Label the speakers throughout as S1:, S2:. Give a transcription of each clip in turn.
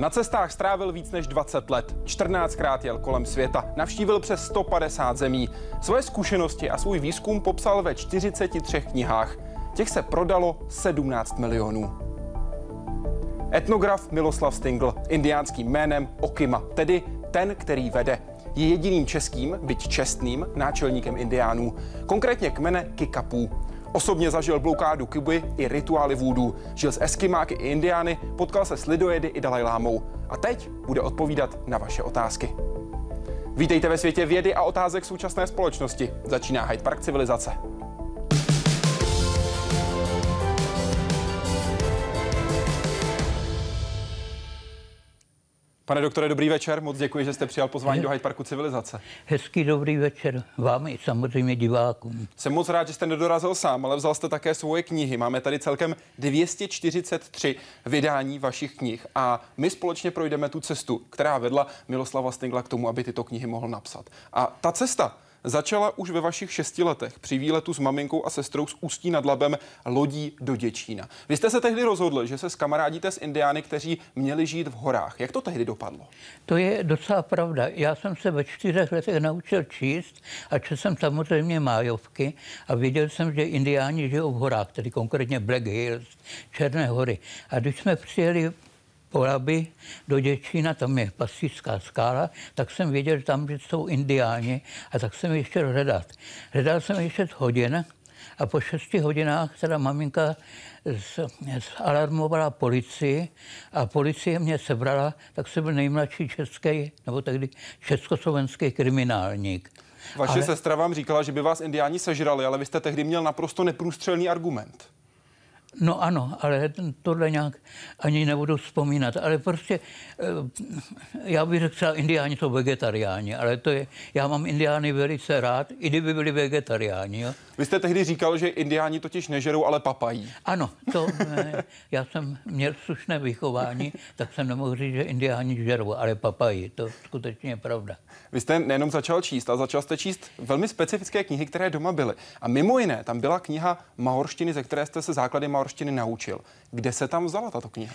S1: Na cestách strávil víc než 20 let. 14krát jel kolem světa, navštívil přes 150 zemí. Svoje zkušenosti a svůj výzkum popsal ve 43 knihách. Těch se prodalo 17 milionů. Etnograf Miloslav Stingl, indiánským jménem Okima, tedy ten, který vede. Je jediným českým, byť čestným, náčelníkem indiánů, konkrétně kmene Kikapů. Osobně zažil blokádu Kuby i rituály vůdů. Žil s Eskimáky i indiány, potkal se s lidojedy i Dalajlámou. A teď bude odpovídat na vaše otázky. Vítejte ve světě vědy a otázek současné společnosti. Začíná Hyde Park civilizace. Pane doktore, dobrý večer. Moc děkuji, že jste přijal pozvání do Hyde Parku civilizace.
S2: Hezký dobrý večer vám i samozřejmě divákům.
S1: Jsem moc rád, že jste nedorazil sám, ale vzal jste také svoje knihy. Máme tady celkem 243 vydání vašich knih a my společně projdeme tu cestu, která vedla Miloslava Stingla k tomu, aby tyto knihy mohl napsat. A ta cesta začala už ve vašich 6 letech při výletu s maminkou a sestrou z Ústí nad Labem lodí do Děčína. Vy jste se tehdy rozhodli, že se skamarádíte s indiány, kteří měli žít v horách. Jak to tehdy dopadlo?
S2: To je docela pravda. Já jsem se ve 4 letech naučil číst a četl jsem samozřejmě májovky a věděl jsem, že indiáni žijou v horách, tedy konkrétně Black Hills, Černé hory. A když jsme přijeli po Labi do Děčína, tam je Pastýřská skála, tak jsem věděl, že tam že jsou indiáni a tak jsem ještě hledat. Hledal jsem ještě 6 hodin a po 6 hodinách teda maminka alarmovala policii a policie mě sebrala, tak jsem byl nejmladší český, nebo tehdy československý kriminálník.
S1: Vaše sestra vám říkala, že by vás indiáni sežrali, ale vy jste tehdy měl naprosto neprůstřelný argument.
S2: No ano, ale tohle nějak ani nebudu vzpomínat. Ale prostě, já bych řekl, třeba indiáni jsou vegetariáni, ale to je, já mám indiány velice rád, i kdyby byli vegetariáni. Jo?
S1: Vy jste tehdy říkal, že indiáni totiž nežerou, ale papají.
S2: Ano, to já jsem měl slušné vychování, tak jsem nemohl říct, že indiáni žerou, ale papají. To skutečně je pravda.
S1: Vy jste nejenom začal číst, ale začal jste číst velmi specifické knihy, které doma byly. A mimo jiné, tam byla kniha maorštiny, ze které jste se základy maorštiny naučil. Kde se tam vzala tato kniha?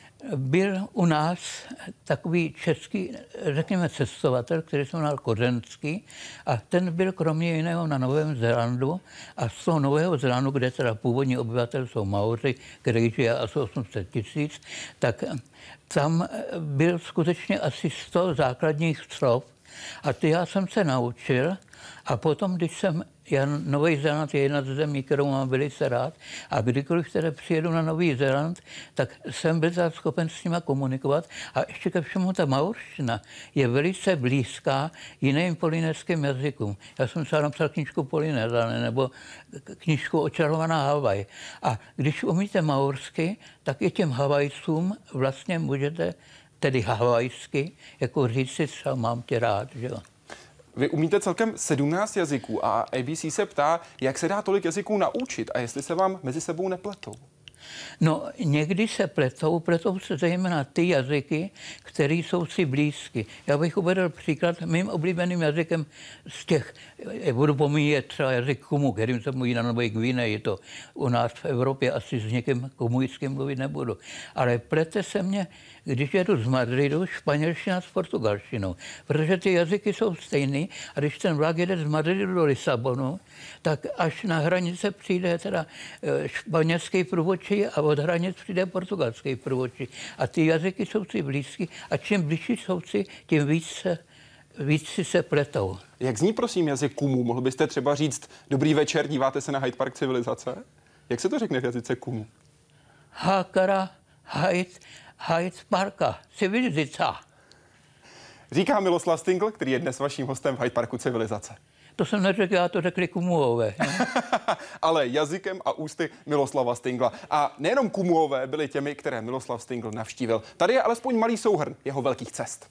S2: Byl u nás takový český, řekněme, cestovatel, který se jmenoval Kořenský a ten byl kromě jiného na Novém Zélandu a z toho Nového Zélandu, kde teda původní obyvatel jsou Maoři, který žije asi 800 000, tak tam byl skutečně asi 100 základních slov a ty já jsem se naučil a potom, když jsem Nový Zéland je jedna ze zemí, kterou mám velice rád a kdykoliv teda přijedu na Nový Zéland, tak jsem byl schopen s nima komunikovat a ještě ke všemu ta maorština je velice blízká jiným polynéským jazykům. Já jsem třeba napsal knížku Polynézané nebo knížku Očarovaná Havaj. A když umíte maorsky, tak i těm Havajcům vlastně můžete, tedy havajsky, jako říct si třeba mám tě rád, že jo.
S1: Vy umíte celkem 17 jazyků a ABC se ptá, jak se dá tolik jazyků naučit a jestli se vám mezi sebou nepletou.
S2: No, někdy se pletou se zejména ty jazyky, které jsou si blízky. Já bych uvedl příklad, mým oblíbeným jazykem z těch, budu pomíjet třeba jazyk Kumu, kterým se mluví na Nové Gvineji, to u nás v Evropě asi s někým komunickým mluvit nebudu. Ale plete se mě, když jedu z Madridu, španělština s portugalštinou, protože ty jazyky jsou stejný a když ten vlak jede z Madridu do Lisabonu, tak až na hranice přijde teda španělský průvodčí a od hranic přijde portugalský průvodčí. A ty jazyky jsou si blízky a čím blížší jsou si, tím víc si se pletou. Jak
S1: zní prosím jazyk Kumu? Mohl byste třeba říct dobrý večer, díváte se na Hyde Park civilizace? Jak se to řekne v jazyce Kumu?
S2: Hakara, Hyde Parka, civilizace.
S1: Říká Miloslav Stingl, který je dnes vaším hostem v Hyde Parku civilizace.
S2: To jsem neřekl, já to řekli Kumuové.
S1: Ale jazykem a ústy Miloslava Stingla. A nejenom Kumuové byli těmi, které Miloslav Stingl navštívil. Tady je alespoň malý souhrn jeho velkých cest.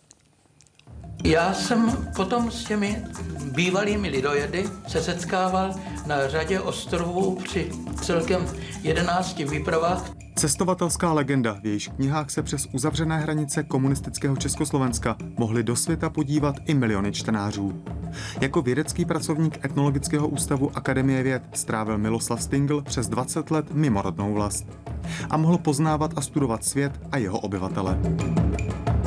S2: Já jsem potom s těmi bývalými lidojedy se setkával na řadě ostrovů při celkem 11 výpravách.
S3: Cestovatelská legenda, v jejíž knihách se přes uzavřené hranice komunistického Československa mohli do světa podívat i miliony čtenářů. Jako vědecký pracovník Etnologického ústavu Akademie věd strávil Miloslav Stingl přes 20 let mimo rodnou vlast a mohl poznávat a studovat svět a jeho obyvatele.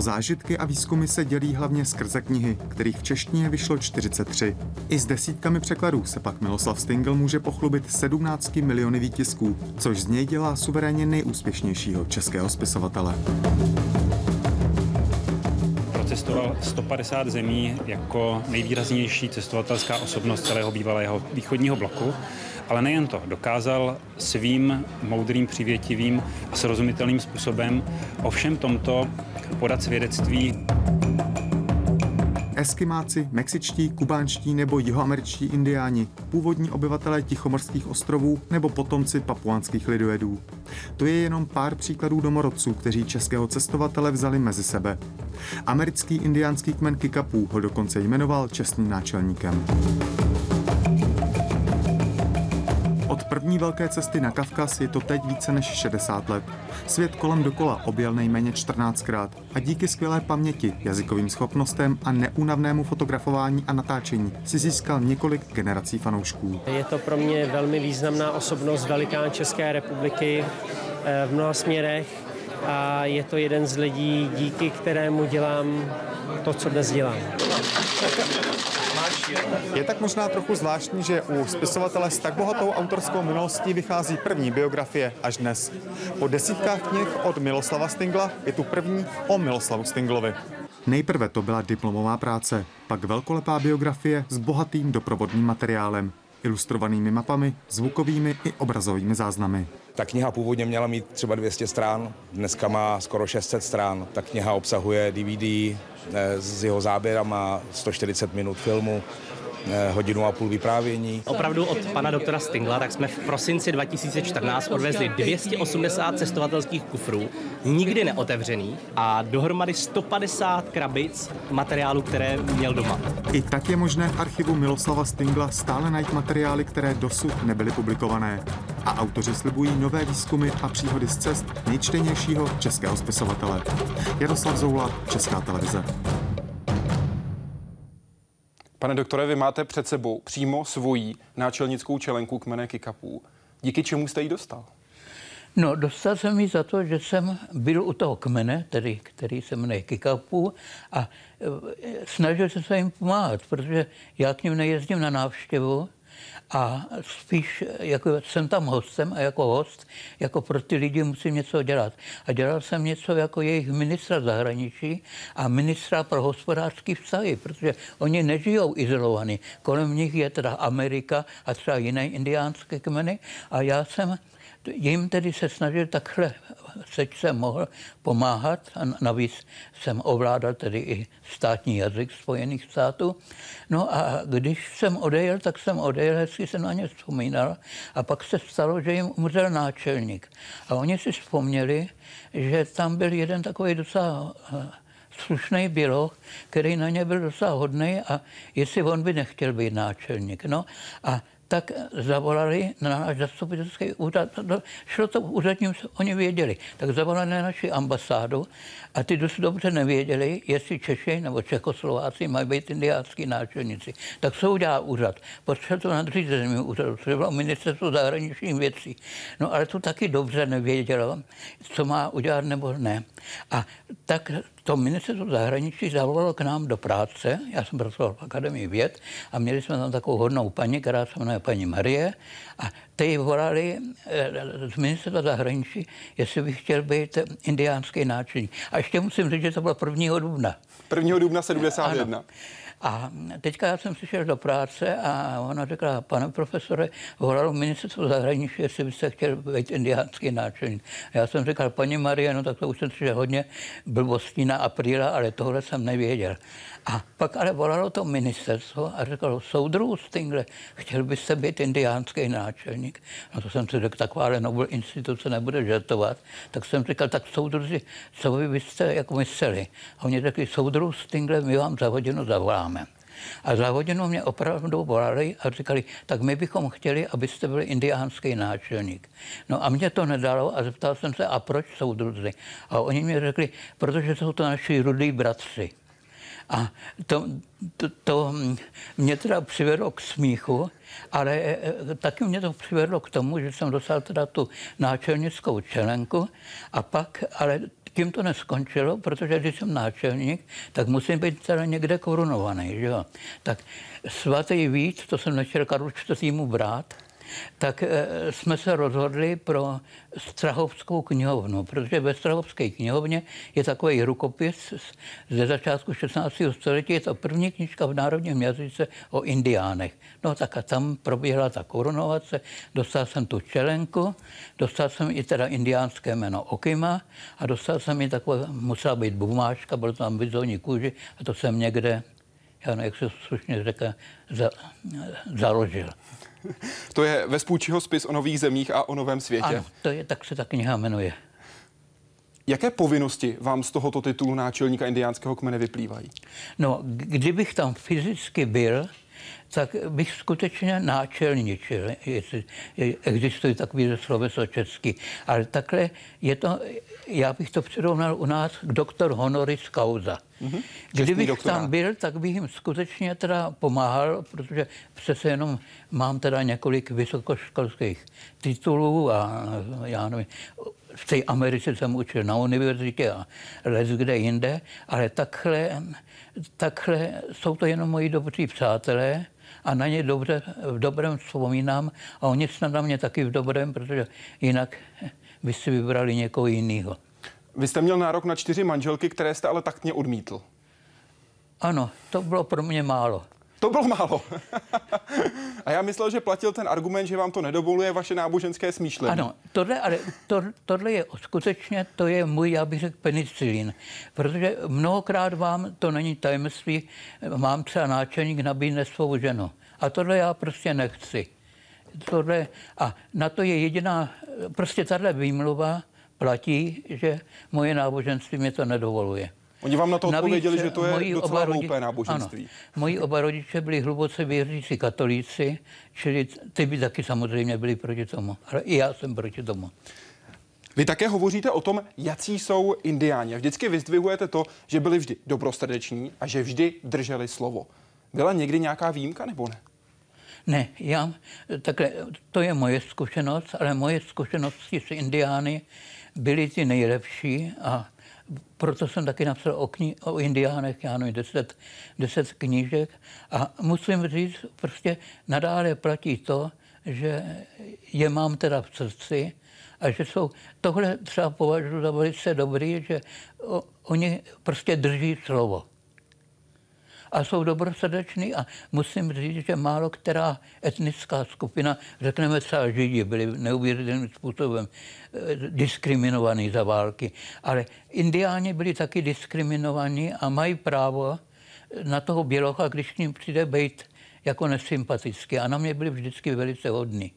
S3: O zážitky a výzkumy se dělí hlavně skrze knihy, kterých v češtině vyšlo 43. I s desítkami překladů se pak Miloslav Stingl může pochlubit 17 miliony výtisků, což z něj dělá suverénně nejúspěšnějšího českého spisovatele.
S4: Procestoval 150 zemí jako nejvýraznější cestovatelská osobnost celého bývalého východního bloku. Ale nejen to, dokázal svým moudrým, přívětivým a srozumitelným způsobem o všem tomto podat svědectví.
S3: Eskimáci, mexičtí, kubánští nebo jihoameričtí indiáni, původní obyvatelé Tichomorských ostrovů nebo potomci papuánských lidojedů. To je jenom pár příkladů domorodců, kteří českého cestovatele vzali mezi sebe. Americký indiánský kmen Kikapů ho dokonce jmenoval čestným náčelníkem. Od první velké cesty na Kavkaz je to teď více než 60 let. Svět kolem dokola objel nejméně 14krát a díky skvělé paměti, jazykovým schopnostem a neúnavnému fotografování a natáčení si získal několik generací fanoušků.
S5: Je to pro mě velmi významná osobnost, velikán České republiky v mnoha směrech a je to jeden z lidí, díky kterému dělám to, co dnes dělám.
S3: Je tak možná trochu zvláštní, že u spisovatele s tak bohatou autorskou minulostí vychází první biografie až dnes. Po desítkách knih od Miloslava Stingla je tu první o Miloslavu Stinglovi. Nejprve to byla diplomová práce, pak velkolepá biografie s bohatým doprovodným materiálem, ilustrovanými mapami, zvukovými i obrazovými záznamy.
S6: Ta kniha původně měla mít třeba 200 stran, dneska má skoro 600 stran. Ta kniha obsahuje DVD s jeho záběrama, 140 minut filmu, 1,5 hodiny vyprávění.
S7: Opravdu od pana doktora Stingla, tak jsme v prosinci 2014 odvezli 280 cestovatelských kufrů, nikdy neotevřených a dohromady 150 krabic materiálu, které měl doma.
S3: I tak je možné v archivu Miloslava Stingla stále najít materiály, které dosud nebyly publikované. A autoři slibují nové výzkumy a příhody z cest nejčtenějšího českého spisovatele. Jaroslav Zoula, Česká televize.
S1: Pane doktore, vy máte před sebou přímo svoji náčelnickou čelenku kmene Kikapů. Díky čemu jste ji dostal?
S2: No, dostal jsem ji za to, že jsem byl u toho kmene, který se jmenuje Kikapů, a snažil jsem se jim pomáhat, protože já k nim nejezdím na návštěvu a spíš jako jsem tam hostem a jako host, jako pro ty lidi musím něco dělat. A dělal jsem něco jako jejich ministra zahraničí a ministra pro hospodářské vztahy, protože oni nežijou izolovaní. Kolem nich je teda Amerika a třeba jiné indiánské kmeny a já jsem jim tedy se snažil takhle, seč jsem mohl pomáhat a navíc jsem ovládal tedy i státní jazyk Spojených států. No a když jsem odejel, tak jsem odejel, hezky jsem na ně vzpomínal a pak se stalo, že jim umřel náčelník. A oni si vzpomněli, že tam byl jeden takový docela slušný běloch, který na ně byl docela hodný a jestli on by nechtěl být náčelník. No a tak zavolali na náš zastupitelský úřad. Šlo to úředním, oni věděli. Tak zavolali na naši ambasádu a ty dost dobře nevěděli, jestli Češi nebo Čechoslováci mají být indiánský náčelníci. Tak co udělá úřad? Potřeboval to nadřízenému úřadu, což bylo ministerstvo zahraničních věcí. No ale to taky dobře nevědělo, co má udělat nebo ne. A tak to ministerstvo zahraničí zavolalo k nám do práce. Já jsem pracoval v Akademii věd a měli jsme tam takovou hodnou paní, která se jmenuje paní Marie. A ty volali z ministerstva zahraničí, jestli bych chtěl být indiánský náčelník. A ještě musím říct, že to bylo 1. dubna.
S1: 1. dubna 71.
S2: Ano. A teďka já jsem přišel do práce a ona řekla, pane profesore, volalo ministerstvo zahraničí, jestli byste chtěl být indiánský náčelník. Já jsem říkal, paní Marie, no tak to už jsem přišel hodně blbostí na apríla, ale tohle jsem nevěděl. A pak ale volalo to ministerstvo a řeklo, soudruhu Stingle, chtěl byste být indiánský náčelník? No to jsem si řekl, takováhle Nobel instituce nebude žertovat. Tak jsem říkal, tak soudruzi, co vy byste jako mysleli? A oni řekli, soudruhu Stingle, my vám za hodinu zavoláme. A za hodinu mě opravdu volali a říkali, tak my bychom chtěli, abyste byli indiánský náčelník. No a mě to nedalo a zeptal jsem se, a proč soudruzi? A oni mi řekli, protože jsou to naši rudí bratři. A to mě teda přivedlo k smíchu, ale taky mě to přivedlo k tomu, že jsem dostal teda tu náčelnickou čelenku a pak, ale tím to neskončilo, protože když jsem náčelník, tak musím být teda někde korunovaný, že jo. Tak svatý Vít, to jsem nechtěl Karlu IV. Brát, tak jsme se rozhodli pro Strahovskou knihovnu, protože ve Strahovské knihovně je takový rukopis ze začátku 16. století, je to první knížka v národním jazyce o indiánech. No tak a tam proběhla ta korunovace, dostal jsem tu čelenku, dostal jsem i teda indiánské jméno Okima a dostal jsem i takové, musela být bumáčka, bylo tam bizonní kůži a to jsem někde, já nevím, jak se slušně říká, založil.
S1: To je Vespucciho spis o nových zemích a o novém světě.
S2: Ano, to je, tak se ta kniha jmenuje.
S1: Jaké povinnosti vám z tohoto titulu náčelníka indiánského kmene vyplývají?
S2: No, kdybych tam fyzicky byl, tak bych skutečně náčelničil, jestli existuje takový sloveso česky. Ale takhle je to, já bych to přirovnal u nás k doktor honoris causa. Kdybych tam byl, tak bych jim skutečně teda pomáhal, protože přece jenom mám teda několik vysokoškolských titulů a já nevím, v té Americe jsem učil na univerzitě a kde jinde, ale takhle jsou to jenom moji dobří přátelé a na ně dobře, v dobrém vzpomínám a oni snad na mě taky v dobrém, protože jinak by si vybrali někoho jiného.
S1: Vy jste měl nárok na 4 manželky, které jste ale taktně odmítl.
S2: Ano, to bylo pro mě málo.
S1: To bylo málo. A já myslel, že platil ten argument, že vám to nedovoluje vaše náboženské smýšlení.
S2: Ano, tohle je skutečně, to je můj, já bych řekl, penicilin. Protože mnohokrát vám, to není tajemství, mám třeba náčelník nabídne svou ženu. A tohle já prostě nechci. A na to je jediná, prostě tahle výmluva platí, že moje náboženství mě to nedovoluje.
S1: Oni vám na to odpověděli, že to je docela hloupé náboženství.
S2: Ano, moji oba rodiče byli hluboce věřící katolíci, čili ty by taky samozřejmě byli proti tomu. Ale i já jsem proti tomu.
S1: Vy také hovoříte o tom, jací jsou indiáni. Vždycky vyzdvihujete to, že byli vždy dobrosrdeční a že vždy drželi slovo. Byla někdy nějaká výjimka nebo ne?
S2: Ne, takhle, to je moje zkušenost, ale moje zkušenosti s indiány byly ty nejlepší a proto jsem taky napsal o indiánech, já nevím, 10 knížek a musím říct, prostě nadále platí to, že je mám teda v srdci a že jsou, tohle třeba považuji za velice dobrý, že oni prostě drží slovo. A jsou dobrosrdeční a musím říct, že málo která etnická skupina, řekneme třeba Židi, byli neuvěřitelným způsobem diskriminovaní za války, ale indiáni byli taky diskriminovaní a mají právo na toho bělocha, když k ním přijde, být jako nesympatický. A na mě byli vždycky velice hodní.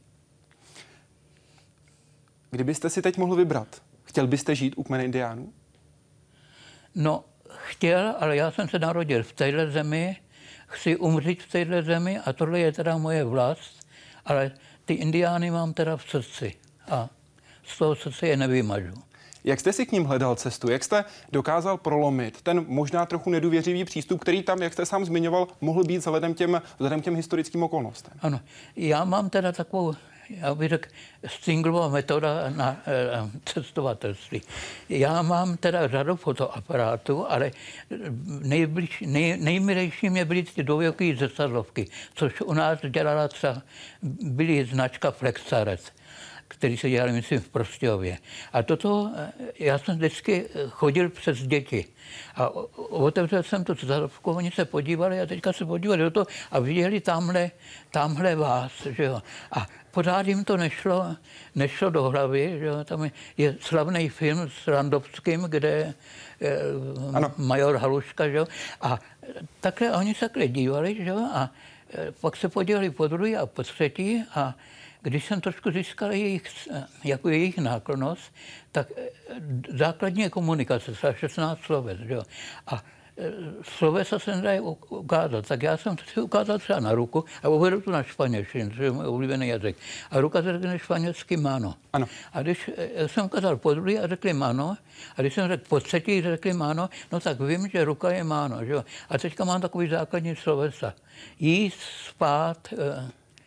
S1: Kdybyste si teď mohl vybrat, chtěl byste žít u kmene indiánů?
S2: No, chtěl, ale já jsem se narodil v téhle zemi, chci umřít v téhle zemi a tohle je teda moje vlast, ale ty indiány mám teda v srdci a z toho srdce je nevymažu.
S1: Jak jste si k ním hledal cestu? Jak jste dokázal prolomit ten možná trochu nedůvěřivý přístup, který tam, jak jste sám zmiňoval, mohl být vzhledem těm historickým okolnostem?
S2: Ano, já mám teda takovou, já bych řekl, Stinglová metoda na cestovatelství. Já mám teda řadu fotoaparátů, ale nejmilejší mě byly ty dvověký zrcadlovky, což u nás dělala třeba, byly značka Flexaret, který se dělali, myslím, v Prostějově. A toto, já jsem vždycky chodil přes děti. A otevřel jsem tu zrcadlovku, oni se podívali a teďka se podívali do toho a viděli tamhle vás, že jo. A pořád jim to nešlo do hlavy, že jo. Tam je slavný film s Randovským, kde major Haluška, že jo. A takhle oni se takhle dívali, že jo. A pak se podívali po druhý a po třetí a když jsem trošku získal jejich náklonnost, tak základní je komunikace, třeba 16 sloves, že jo. A slovesa se nedají ukázat, tak já jsem si ukázal třeba na ruku a uvedu to na španělštinu, což je můj oblíbený jazyk. A ruka se řekne španělsky mano.
S1: Ano.
S2: A když jsem ukázal po druhý a řekli mano, a když jsem řekl po třetí, řekli mano, no tak vím, že ruka je mano, že jo. A teďka mám takový základní slovesa. Jíst, spát,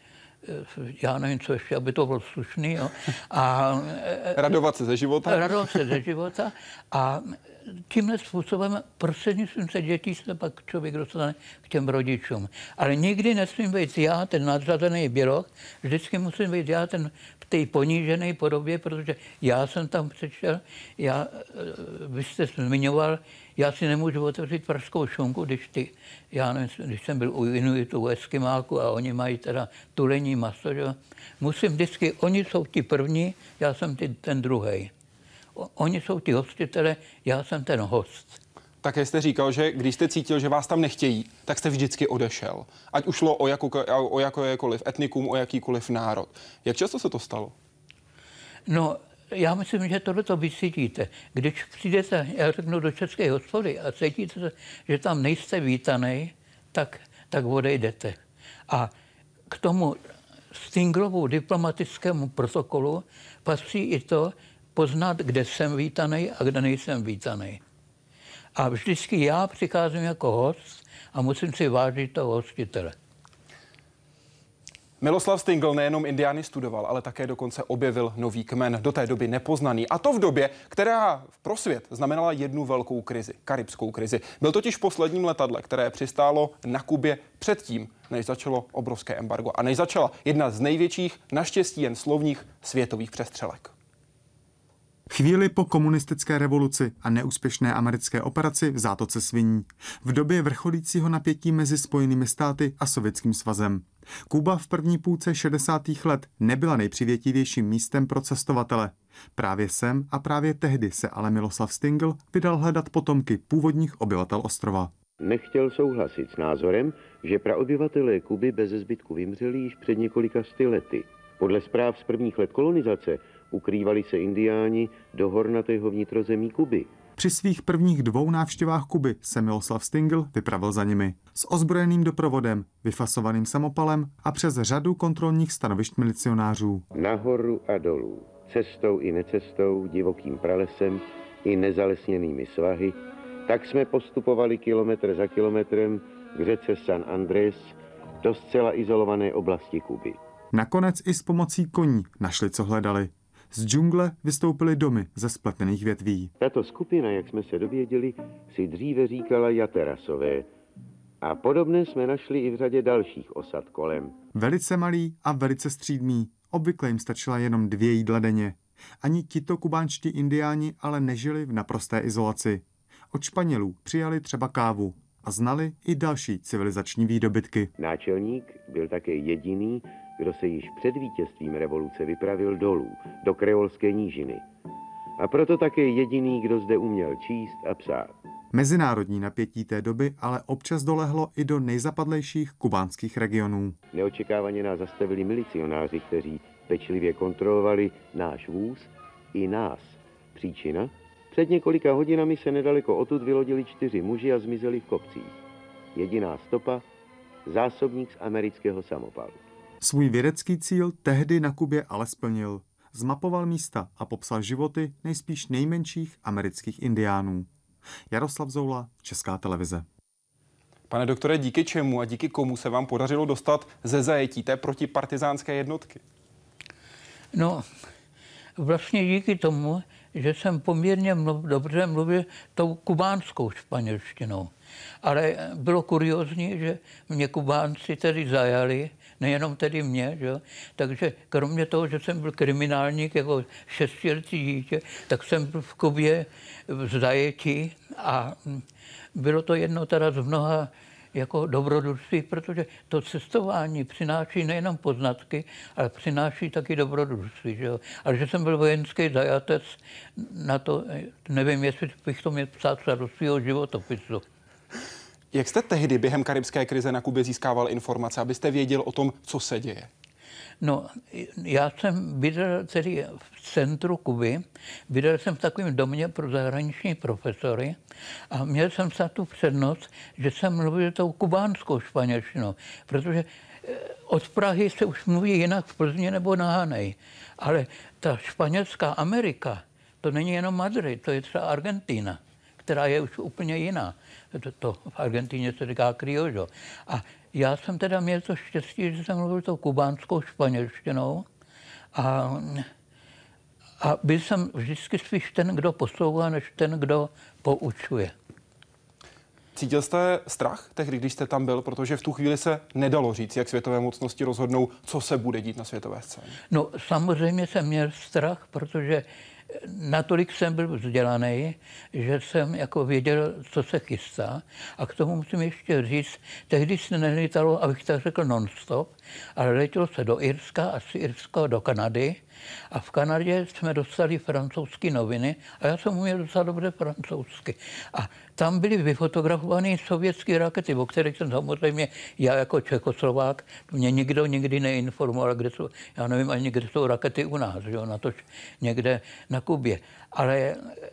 S2: já nevím, co ještě, aby to bylo slušný, jo. A
S1: radovat se ze života.
S2: Radovat se ze života a tímhle způsobem prostřednictvím se dětí se pak člověk dostane k těm rodičům. Ale nikdy nesmím být já, ten nadřazený běloch, vždycky musím být já ten v té ponížené podobě, protože já jsem tam přišel, vy jste zmiňoval, já si nemůžu otevřít pražskou šunku, když jsem byl u Inuitů, u Eskimáku a oni mají teda tulení maso, že? Musím vždycky, oni jsou ti první, já jsem ten druhej. Oni jsou ti hostitele, já jsem ten host.
S1: Také jste říkal, že když jste cítil, že vás tam nechtějí, tak jste vždycky odešel. Ať už šlo o jakékoliv etnikum, o jakýkoliv národ. Jak často se to stalo?
S2: No, já myslím, že tohleto vysítíte. Když přijdete, já řeknu, do české hospody a cítíte se, že tam nejste vítaný, tak odejdete. A k tomu Stinglovu diplomatickému protokolu patří i to, poznat, kde jsem vítaný a kde nejsem vítaný. A vždycky já přicházím jako host a musím si vážit toho hostitele.
S1: Miloslav Stingl nejenom indiány studoval, ale také dokonce objevil nový kmen, do té doby nepoznaný. A to v době, která pro svět znamenala jednu velkou krizi, karibskou krizi. Byl totiž v posledním letadle, které přistálo na Kubě předtím, než začalo obrovské embargo a než začala jedna z největších, naštěstí jen slovních, světových přestřelek.
S3: Chvíli po komunistické revoluci a neúspěšné americké operaci v zátoce Sviní. V době vrcholícího napětí mezi Spojenými státy a Sovětským svazem. Kuba v první půlce 60. let nebyla nejpřivětivějším místem pro cestovatele. Právě sem a právě tehdy se ale Miloslav Stingl vydal hledat potomky původních obyvatel ostrova.
S8: Nechtěl souhlasit s názorem, že praobyvatelé Kuby beze zbytku vymřeli již před několika sty lety. Podle zpráv z prvních let kolonizace ukrývali se indiáni do hornatého vnitrozemí Kuby.
S3: Při svých prvních 2 návštěvách Kuby se Miloslav Stingl vypravil za nimi. S ozbrojeným doprovodem, vyfasovaným samopalem a přes řadu kontrolních stanovišť milicionářů.
S8: Nahoru a dolů, cestou i necestou, divokým pralesem i nezalesněnými svahy, tak jsme postupovali kilometr za kilometrem k řece San Andrés do zcela izolované oblasti Kuby.
S3: Nakonec i s pomocí koní našli, co hledali. Z džungle vystoupily domy ze spletených větví.
S8: Tato skupina, jak jsme se dověděli, si dříve říkala Jaterasové. A podobné jsme našli i v řadě dalších osad kolem.
S3: Velice malý a velice střídmý. Obvykle jim stačila jenom 2 jídla denně. Ani tito kubánští indiáni ale nežili v naprosté izolaci. Od Španělů přijali třeba kávu a znali i další civilizační výdobytky.
S8: Náčelník byl také jediný, kdo se již před vítězstvím revoluce vypravil dolů, do kreolské nížiny. A proto také jediný, kdo zde uměl číst a psát.
S3: Mezinárodní napětí té doby ale občas dolehlo i do nejzapadlejších kubánských regionů.
S8: Neočekávaně nás zastavili milicionáři, kteří pečlivě kontrolovali náš vůz i nás. Příčina? Před několika hodinami se nedaleko odtud vylodili 4 muži a zmizeli v kopcích. Jediná stopa, zásobník z amerického samopalu.
S3: Svůj vědecký cíl tehdy na Kubě ale splnil. Zmapoval místa a popsal životy nejspíš nejmenších amerických indiánů. Jaroslav Zoula, Česká televize.
S1: Pane doktore, díky čemu a díky komu se vám podařilo dostat ze zajetí té protipartizánské jednotky?
S2: No, vlastně díky tomu, že jsem poměrně dobře mluvil tou kubánskou španělštinou. Ale bylo kuriózní, že mě Kubánci tedy zajali, nejenom tedy mě, že? Takže kromě toho, že jsem byl kriminálník jako 6letý dítě, tak jsem byl v Kubě v zajetí a bylo to jedno teda z mnoha jako dobrodružství, protože to cestování přináší nejenom poznatky, ale přináší taky dobrodružství. Že jo? Ale že jsem byl vojenský zajatec, na to nevím, jestli bych to měl psát do svého životopisu.
S1: Jak jste tehdy během karibské krize na Kubě získával informace, abyste věděl o tom, co se děje?
S2: No, já jsem bydlel tedy v centru Kuby, bydlel jsem v takovém domě pro zahraniční profesory a měl jsem za tu přednost, že jsem mluvil tou kubánskou španělštinou, protože od Prahy se už mluví jinak v Plzni nebo na Hanej, ale ta španělská Amerika, to není jenom Madrid, to je třeba Argentina, která je už úplně jiná. To v Argentině se říká criollo. A já jsem teda měl to štěstí, že jsem mluvil tou kubánskou španělštinou a byl jsem vždycky spíš ten, kdo posouvá, než ten, kdo poučuje.
S1: Cítil jste strach tehdy, když jste tam byl, protože v tu chvíli se nedalo říct, jak světové mocnosti rozhodnou, co se bude dít na světové scéně?
S2: No samozřejmě jsem měl strach, protože natolik jsem byl vzdělaný, že jsem jako věděl, co se chystá. A k tomu musím ještě říct, tehdy se nelítalo, abych tak řekl, non-stop, ale letělo se do Irska a z Irska do Kanady. A v Kanadě jsme dostali francouzské noviny a já jsem uměl docela dobře francouzsky. A tam byly vyfotografované sovětské rakety, o kterých jsem samozřejmě já jako Čechoslovák, mě nikdo nikdy neinformoval, kde jsou, já nevím ani, kde jsou rakety u nás, že jo, natož někde na Kubě. Ale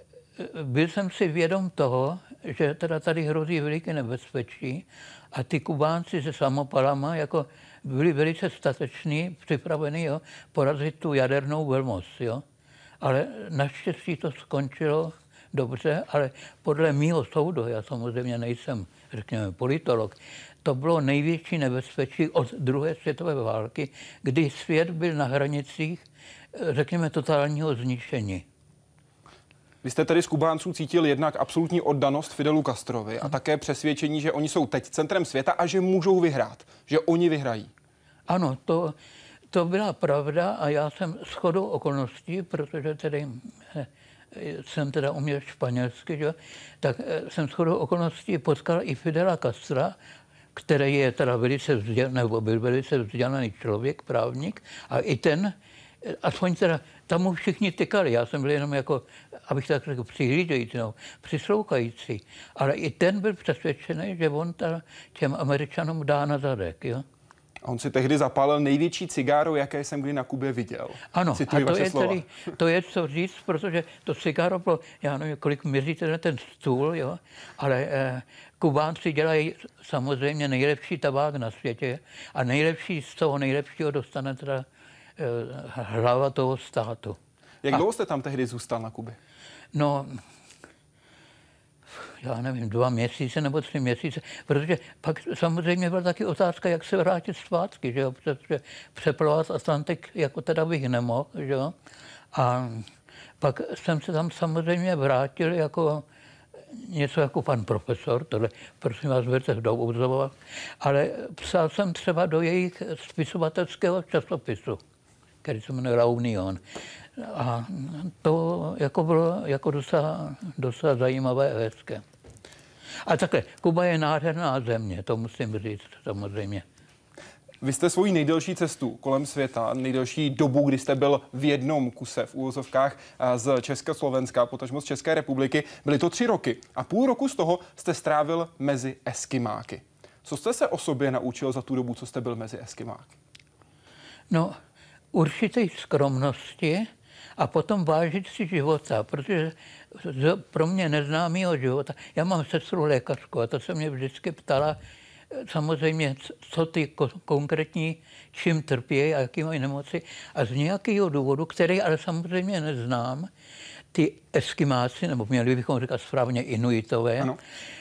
S2: byl jsem si vědom toho, že teda tady hrozí veliké nebezpečí a ty Kubánci se samopalama jako byli velice stateční, připraveni, jo, porazit tu jadernou velmoc, jo. Ale naštěstí to skončilo dobře, ale podle mýho soudu, já samozřejmě nejsem, řekněme, politolog, to bylo největší nebezpečí od druhé světové války, kdy svět byl na hranicích, řekněme, totálního zničení.
S1: Vy jste tedy z Kubánců cítil jednak absolutní oddanost Fidelu Castrovi a také přesvědčení, že oni jsou teď centrem světa a že můžou vyhrát, že oni vyhrají.
S2: Ano, to byla pravda a já jsem shodou okolností, protože tedy jsem teda uměl španělsky, že? Tak jsem shodou okolností potkal i Fidela Castra, který je teda velice vzdělaný, nebo byl velice vzdělaný člověk, právník, a i ten, aspoň teda, tam mu všichni tykali, já jsem byl jenom jako, abych tak řekl, přihlížející, no, přislouchající, ale i ten byl přesvědčený, že on teda těm Američanům dá na zadek, jo.
S1: A on si tehdy zapálil největší cigáro, jaké jsem kdy na Kubě viděl.
S2: Ano,
S1: cituji
S2: a to
S1: vaše
S2: je,
S1: slova.
S2: tedy, to je co říct, protože to cigáro bylo, já nevím, kolik měří ten stůl, jo, ale Kubánci dělají samozřejmě nejlepší tabák na světě a nejlepší z toho nejlepšího dostane teda hlava toho státu.
S1: Jak dlouho jste tam tehdy zůstal na Kubě?
S2: No, já nevím, 2 měsíce nebo 3 měsíce, protože pak samozřejmě byla taky otázka, jak se vrátit zpátky, že jo, protože přeplavat Atlantik jako teda bych nemohl, že jo. A pak jsem se tam samozřejmě vrátil jako něco jako pan profesor, tohle prosím vás velice douzovat, ale psal jsem třeba do jejich spisovatelského časopisu, který se jmenuje La Union. A to jako bylo jako docela zajímavé a hezké. A takhle, Kuba je nádherná země, to musím říct samozřejmě.
S1: Vy jste svoji nejdelší cestu kolem světa, nejdelší dobu, kdy jste byl v jednom kuse v úvozovkách z Československa, potažmo z České republiky, byly to 3 roky. A půl roku z toho jste strávil mezi Eskimáky. Co jste se o sobě naučil za tu dobu, co jste byl mezi Eskimáky?
S2: No, určité skromnosti a potom vážit si života, protože pro mě neznámého života, já mám sestru lékařku a ta se mě vždycky ptala, samozřejmě, co ty konkrétní, čím trpí a jaký mají nemoci. A z nějakého důvodu, který ale samozřejmě neznám, ty Eskimáci, nebo měli bychom říkat správně Inuitové, ano,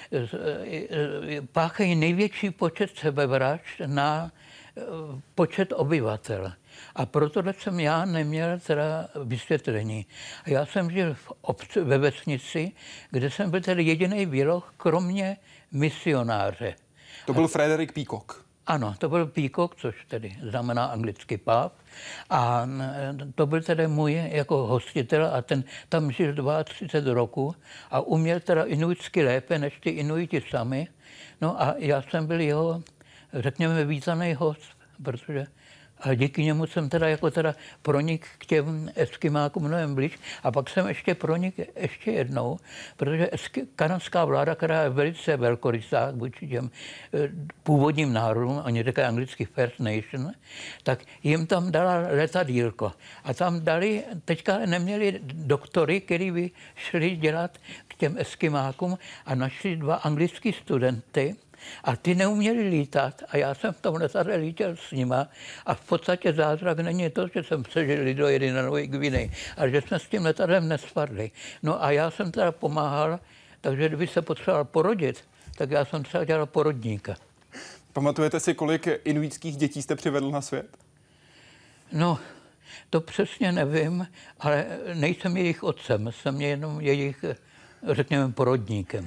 S2: páchají největší počet sebevražd na počet obyvatel. A proto jsem já neměl teda vysvětlení. A já jsem žil ve vesnici, kde jsem byl tedy jediný běloch, kromě misionáře.
S1: To byl Frederick Peacock.
S2: Ano, to byl Peacock, což tedy znamená anglicky páp. A to byl tedy můj jako hostitel a ten tam žil 32 roku a uměl teda inuitsky lépe než ty Inuiti sami. No a já jsem byl jeho, řekněme, vítaný host, protože a díky němu jsem teda pronik k těm Eskimákům mnohem blíž. A pak jsem ještě pronik ještě jednou, protože kanadská vláda, která je velice velkorysá vůči těm původním národům, oni říkají anglicky First Nation, tak jim tam dala letadýlko. A tam dali, teďka neměli doktory, kteří by šli dělat k těm Eskimákům a našli 2 anglický studenty, a ty neuměli lítat a já jsem v tom letadle lítal s nima a v podstatě zázrak není to, že jsem přežil do jedné na Nový Gvineji, ale že jsme s tím letadlem nespadli. No a já jsem teda pomáhal Takže kdyby se potřeboval porodit, tak já jsem třeba dělal porodníka.
S1: Pamatujete si, kolik inuitských dětí jste přivedl na svět?
S2: No, to přesně nevím, ale nejsem jejich otcem, jsem jenom jejich, řekněme, porodníkem.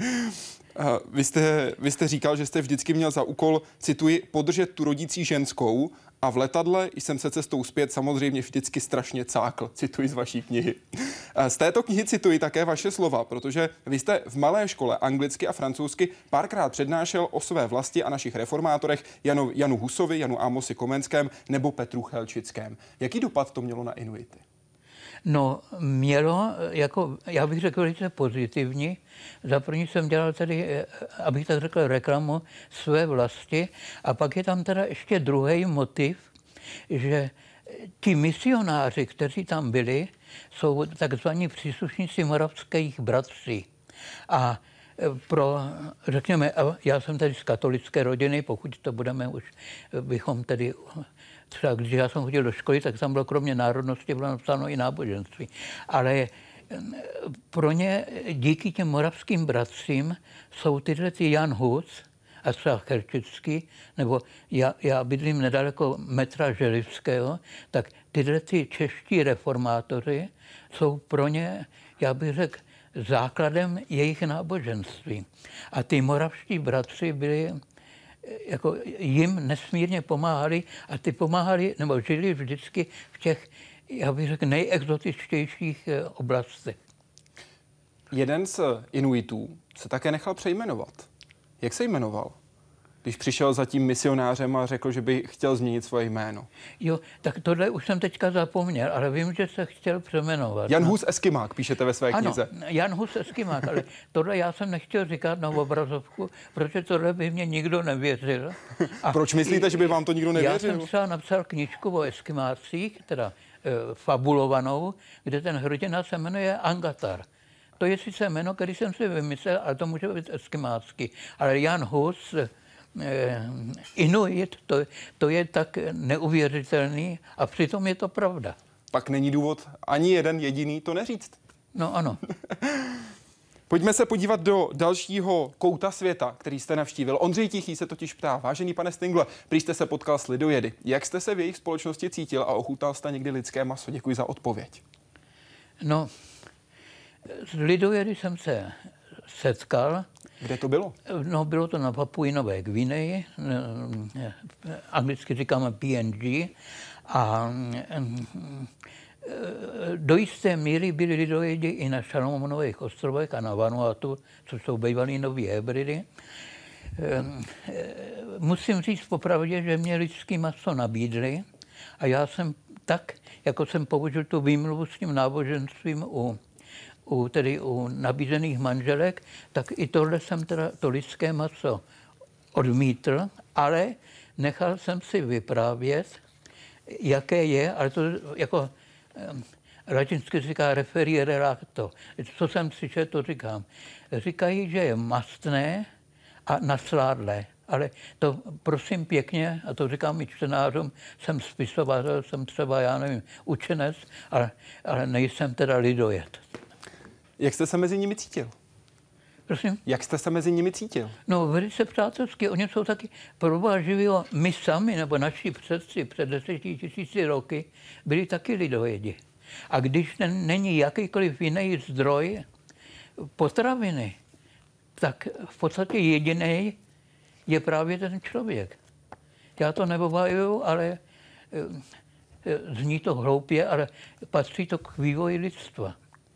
S1: Vy jste říkal, že jste vždycky měl za úkol, cituji, podržet tu rodící ženskou a v letadle jsem se cestou zpět samozřejmě vždycky strašně cákl. Cituji z vaší knihy. Z této knihy cituji také vaše slova, protože vy jste v malé škole anglicky a francouzsky párkrát přednášel o své vlasti a našich reformátorech Janu Husovi, Janu Amosi Komenském nebo Petru Chelčickém. Jaký dopad to mělo na Inuity?
S2: No, mělo, jako, já bych řekl, velice pozitivní. Za první jsem dělal tedy, abych tak řekl, reklamu své vlasti. A pak je tam teda ještě druhý motiv, že ti misionáři, kteří tam byli, jsou takzvaní příslušníci moravských bratří. A řekněme, já jsem tedy z katolické rodiny, pokud to budeme už, bychom tedy, třeba když já jsem chodil do školy, tak tam bylo kromě národnosti, bylo napsáno i náboženství. Ale pro ně díky těm moravským bratřím jsou tyhle Jan Hus a třeba Chelčický, nebo já bydlím nedaleko metra Želivského, tak tyhle čeští reformátoři jsou pro ně, já bych řekl, základem jejich náboženství. A ty moravští bratři byli, jako jim nesmírně pomáhali a ty pomáhali, nebo žili vždycky v těch, já bych řekl, nejexotičtějších oblastech.
S1: Jeden z Inuitů se také nechal přejmenovat. Jak se jmenoval, když přišel za tím misionářem a řekl, že by chtěl změnit svoje jméno?
S2: Jo, tak tohle už jsem teďka zapomněl, ale vím, že se chtěl přejmenovat.
S1: Jan Hus Eskimák, píšete ve své knize.
S2: Ano, Jan Hus Eskimák, ale tohle já jsem nechtěl říkat na obrazovku, protože tohle by mě nikdo nevěřil.
S1: A proč myslíte, že by vám to nikdo nevěřil?
S2: Já jsem třeba napsal knížku o eskimácích, teda fabulovanou, kde ten hrdina se jmenuje Angatar. To je sice jméno, který jsem si vymyslel, ale to může být eskimácký. Ale Jan Hus, Inuit, to je tak neuvěřitelný a přitom je to pravda.
S1: Pak není důvod ani jeden jediný to neříct.
S2: No ano.
S1: Pojďme se podívat do dalšího kouta světa, který jste navštívil. Ondřej Tichý se totiž ptá, vážený pane Stingle, prý jste se potkal s lidojedy. Jak jste se v jejich společnosti cítil a ochutnal jste někdy lidské maso? Děkuji za odpověď.
S2: No, s lidojedy jsem se setkal.
S1: Kde to bylo?
S2: No, bylo to na Papui Nové Gvineji, anglicky říkáme PNG, a do jisté míry byli lidojedi i na Šalomonových ostrovech a na Vanuatu, což jsou bývalý Nový Hebridy. Musím říct popravdě, že mě lidský maso nabídli a já jsem tak, jako jsem použil tu výmluvu s tím náboženstvím u nabízených manželek, tak i tohle jsem teda to lidské maso odmítl, ale nechal jsem si vyprávět, jaké je, ale to jako latinsky říká referire lacto. Co jsem slyšel, to říkám. Říkají, že je mastné a nasládlé. Ale to prosím pěkně, a to říkám i čtenářům, jsem spisovatel, jsem třeba, já nevím, učenec, ale nejsem teda lidojed.
S1: Jak jste se mezi nimi cítil?
S2: Prosím?
S1: Jak jste se mezi nimi cítil?
S2: No, velice přátelsky. Oni jsou taky prováživí, my sami, nebo naši předci před 10 000 roky, byli taky lidojedi. A když není jakýkoliv jiný zdroj potraviny, tak v podstatě jediný je právě ten člověk. Já to neobhajuju, ale zní to hloupě, ale patří to k vývoji lidstva.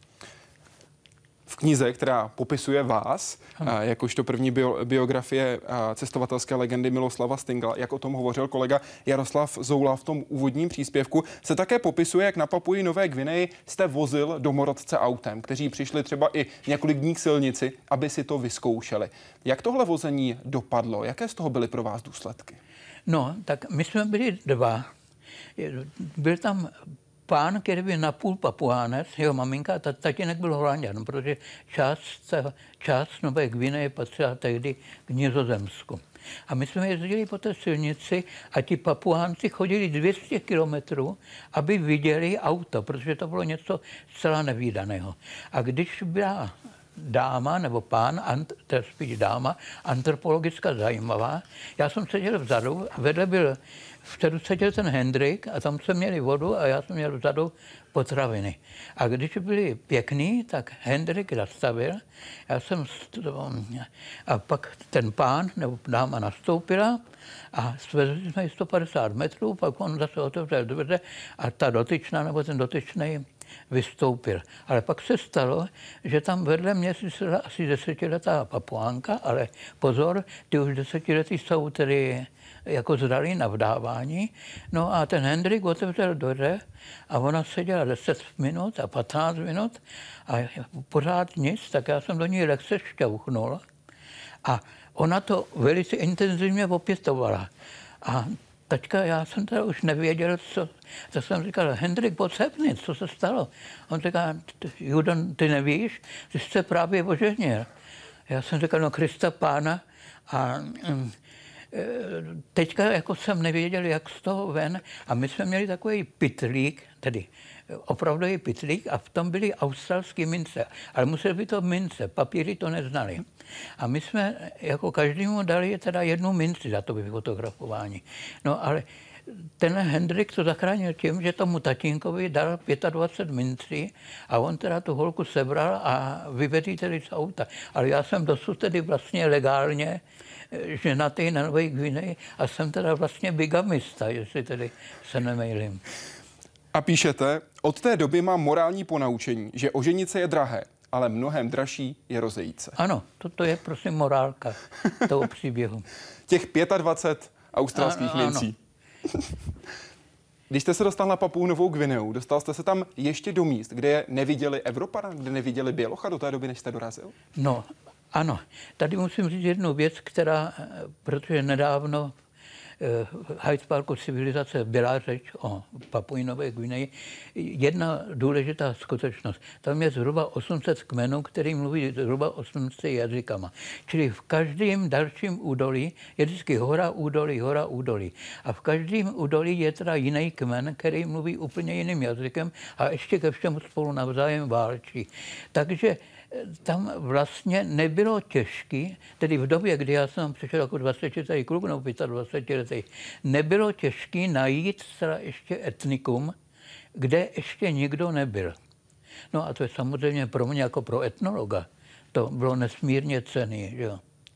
S1: V knize, která popisuje vás, jakožto první biografie cestovatelské legendy Miloslava Stingla, jak o tom hovořil kolega Jaroslav Zoula v tom úvodním příspěvku, se také popisuje, jak na Papui Nové Gvineji jste vozil domorodce autem, kteří přišli třeba i několik dní k silnici, aby si to vyzkoušeli. Jak tohle vození dopadlo? Jaké z toho byly pro vás důsledky?
S2: No, tak my jsme byli dva. Byl tam pán, který byl napůl Papuánec, jeho maminka a tatínek byl Holanďan, protože část Nové Gvineje patřila tehdy k Nizozemsku. A my jsme jezdili po té silnici a ti Papuánci chodili 200 kilometrů, aby viděli auto, protože to bylo něco zcela nevídaného. A když byla dáma nebo pán, to je spíš dáma, antropologická zajímavá. Já jsem seděl vzadu, vedle byl, vpředu seděl ten Hendrik a tam jsme měli vodu a já jsem měl vzadu potraviny. A když byli pěkný, tak Hendrik zastavil, a pak ten pán nebo dáma nastoupila a svezli jsme 150 metrů, pak on zase otevřel dveře a ta dotyčná nebo ten dotyčný vystoupil. Ale pak se stalo, že tam vedle mě si sedla asi 10letá Papuánka, ale pozor, ty už 10letý jsou tedy jako zralí na vdávání. No a ten Hendrik otevřel dveře a ona seděla 10 minut a 15 minut a pořád nic, tak já jsem do ní lehce šťouchnul a ona to velice intenzivně opětovala. A tačka, já jsem teda už nevěděl, co. Tak jsem říkal, Hendrik, pojď sepnit, co se stalo? On říká, Judon, ty nevíš, ty jsi se právě oženil. Já jsem říkal, no Krista Pána. A teďka jako jsem nevěděl, jak z toho ven. A my jsme měli takový pytlík, tedy opravdový pytlík a v tom byly australské mince. Ale musely být to mince, papíry to neznali. A my jsme jako každému dali teda jednu minci za to vyfotografování. No ale ten Hendrik to zachránil tím, že tomu tatínkovi dal 25 mincí a on teda tu holku sebral a vyvedl tedy z auta. Ale já jsem dosud tedy vlastně legálně ženatý na Nové Gvineji a jsem teda vlastně bigamista, jestli tedy se nemýlím.
S1: A píšete, od té doby mám morální ponaučení, že oženit se je drahé, ale mnohem dražší je rozejít se.
S2: Ano, to je prosím morálka toho příběhu.
S1: Těch 25 australských mincí. Když jste se dostal na Papuu Novou Gvineu, dostal jste se tam ještě do míst, kde je neviděli Evropana, kde neviděli Bělocha do té doby, než jste dorazil?
S2: No, ano. Tady musím říct jednu věc, která, protože nedávno v Hyde Parku civilizace byla řeč o Papui Nové Gvineji. Jedna důležitá skutečnost. Tam je zhruba 800 kmenů, který mluví zhruba 800 jazykama. Čili v každém dalším údolí je vždycky hora, údolí. A v každém údolí je teda jiný kmen, který mluví úplně jiným jazykem a ještě ke všemu spolu navzájem válčí. Takže tam vlastně nebylo těžké, tedy v době, kdy já jsem přišel jako 20letý kluk, nebo 25letý, nebylo těžké najít teda ještě etnikum, kde ještě nikdo nebyl. No a to je samozřejmě pro mě jako pro etnologa. To bylo nesmírně cenné, že jo.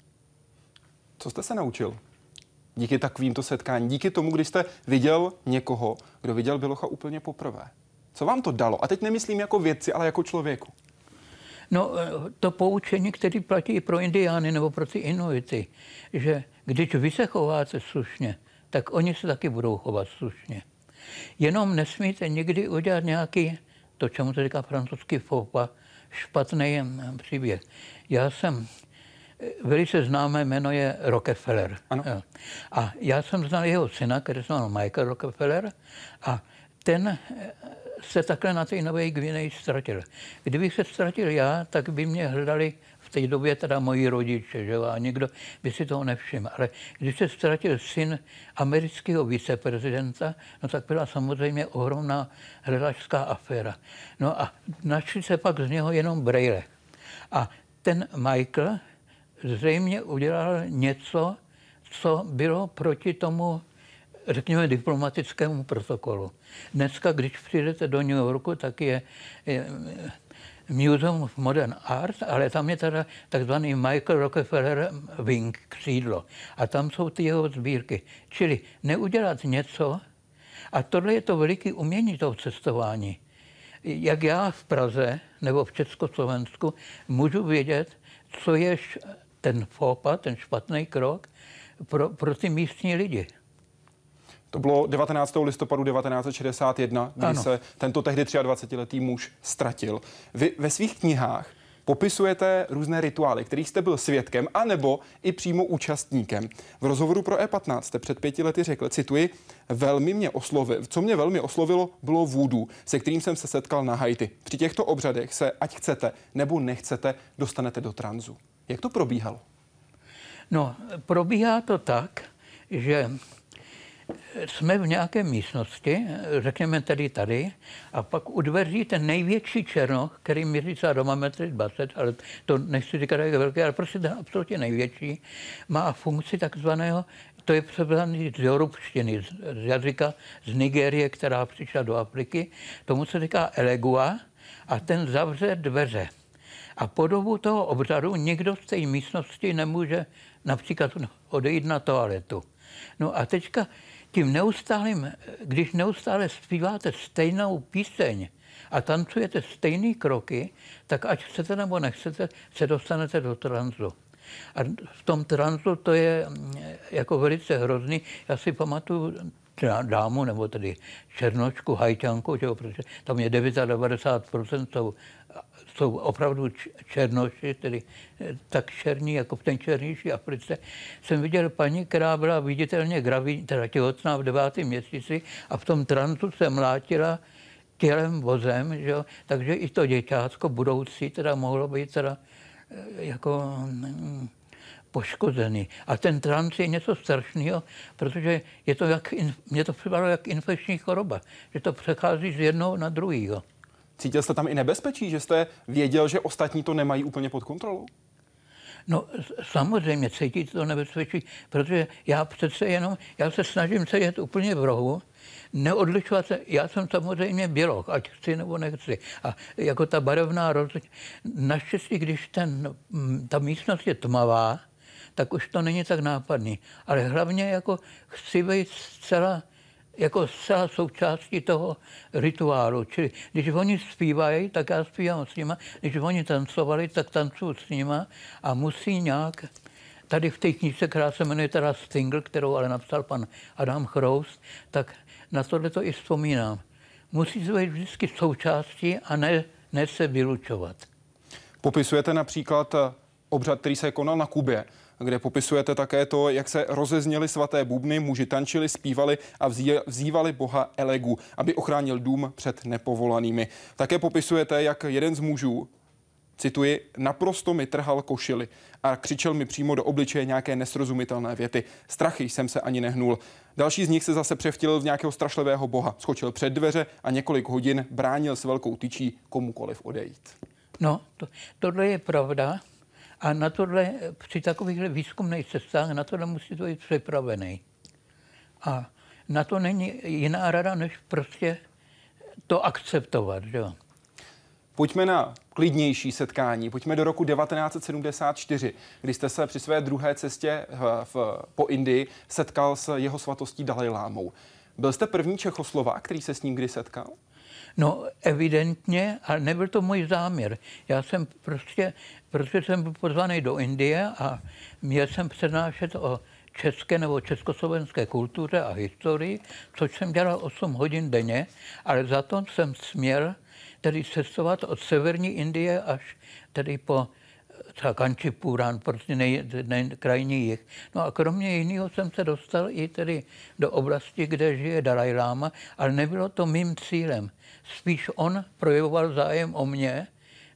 S1: Co jste se naučil díky takovýmto setkání? Díky tomu, když jste viděl někoho, kdo viděl Bělocha úplně poprvé. Co vám to dalo? A teď nemyslím jako vědci, ale jako člověku.
S2: No, to poučení, které platí i pro Indiány nebo pro ty Inuity, že když vy se chováte slušně, tak oni se taky budou chovat slušně. Jenom nesmíte nikdy udělat nějaký, to čemu se říká francouzský faux pas, špatný příběh. Já jsem, velice známé jméno je Rockefeller.
S1: Ano.
S2: A já jsem znal jeho syna, který se jmenoval Michael Rockefeller, a ten se takhle na té Nové Gvineji ztratil. Kdybych se ztratil já, tak by mě hledali v té době teda moji rodiče, že jo, a nikdo by si toho nevšiml. Ale když se ztratil syn amerického viceprezidenta, no tak byla samozřejmě ohromná hledačská aféra. No a našli se pak z něho jenom brejle. A ten Michael zřejmě udělal něco, co bylo proti tomu, řekněme, diplomatickému protokolu. Dneska, když přijdete do New Yorku, tak je Museum of Modern Art, ale tam je teda takzvaný Michael Rockefeller Wing, křídlo. A tam jsou ty jeho sbírky. Čili neudělat něco, a tohle je to veliké umění toho cestování. Jak já v Praze nebo v Československu můžu vědět, co je ten faux pas, ten špatný krok pro ty místní lidi.
S1: To bylo 19. listopadu 1961, kdy se tento tehdy 23letý muž ztratil. Vy ve svých knihách popisujete různé rituály, kterých jste byl svědkem, anebo i přímo účastníkem. V rozhovoru pro E15 jste před 5 lety řekl, cituji, co mě velmi oslovilo, bylo vůdu, se kterým jsem se setkal na Haiti. Při těchto obřadech se, ať chcete nebo nechcete, dostanete do tranzu. Jak to probíhalo?
S2: No, probíhá to tak, že jsme v nějaké místnosti, řekněme tady, a pak u dveří ten největší černoch, který měří třeba doma 1,20 m, ale to nechci říkat, jak je velký, ale prostě ten absolutně největší, má funkci takzvaného, to je převzaný z jorubštiny, z jazyka z Nigérie, která přišla do Afriky, tomu se říká elegua, a ten zavře dveře. A po dobu toho obřadu nikdo z té místnosti nemůže například odejít na toaletu. No a teďka tím neustálým, když neustále zpíváte stejnou píseň a tancujete stejné kroky, tak ať chcete nebo nechcete, se dostanete do transu. A v tom transu to je jako velice hrozný. Já si pamatuju dámu, nebo tedy černočku, hajťanku, protože tam je 99% jsou opravdu černoši, tedy tak černí, jako v té černější Africe. Jsem viděl paní, která byla viditelně teda těhotná v 9. měsíci a v tom transu se mlátila tělem vozem, že jo? Takže i to děťátko budoucí teda mohlo být teda jako poškozený. A ten trans je něco strašného, protože je to mě to připadalo jak infekční choroba, že to přechází z jednoho na druhého.
S1: Cítil jste tam i nebezpečí, že jste věděl, že ostatní to nemají úplně pod kontrolou?
S2: No samozřejmě cítíte to nebezpečí, protože já se snažím sedět úplně v rohu, neodlišovat se, já jsem samozřejmě běloch, ať chci nebo nechci. A jako ta barevná naštěstí, když ta místnost je tmavá, tak už to není tak nápadný. Ale hlavně jako chci být zcela součástí toho rituálu. Čili když oni zpívají, tak já zpívám s nima. Když oni tancovali, tak tancuju s nima a musí nějak, tady v té knížce, která se jmenuje teda Stingl, kterou ale napsal pan Adam Chroust, tak na tohle to i vzpomínám. Musí se být vždycky součástí a ne se vylučovat.
S1: Popisujete například obřad, který se konal na Kubě, kde popisujete také to, jak se rozezněly svaté bubny, muži tančili, zpívali a vzývali boha Elegu, aby ochránil dům před nepovolanými. Také popisujete, jak jeden z mužů, cituji, naprosto mi trhal košili a křičel mi přímo do obličeje nějaké nesrozumitelné věty. Strachy jsem se ani nehnul. Další z nich se zase převtělil v nějakého strašlivého boha. Skočil před dveře a několik hodin bránil s velkou tyčí komukoliv odejít.
S2: No, tohle je pravda. A na tohle, při takovýchhle výzkumných cestách, na tohle musí to být připravený. A na to není jiná rada, než prostě to akceptovat. Že?
S1: Pojďme na klidnější setkání. Pojďme do roku 1974, kdy jste se při své druhé cestě po Indii setkal s jeho svatostí Dalajlámou. Byl jste první Čechoslovák, který se s ním kdy setkal?
S2: No evidentně, ale nebyl to můj záměr. Já jsem protože jsem byl pozvaný do Indie a měl jsem přednášet o české nebo československé kultuře a historii, což jsem dělal 8 hodin denně, ale za to jsem směl tedy cestovat od severní Indie až tedy po třeba Kančipurán, prostě krajní jih. No a kromě jiného jsem se dostal i tedy do oblasti, kde žije Dalajláma, ale nebylo to mým cílem. Spíš on projevoval zájem o mě,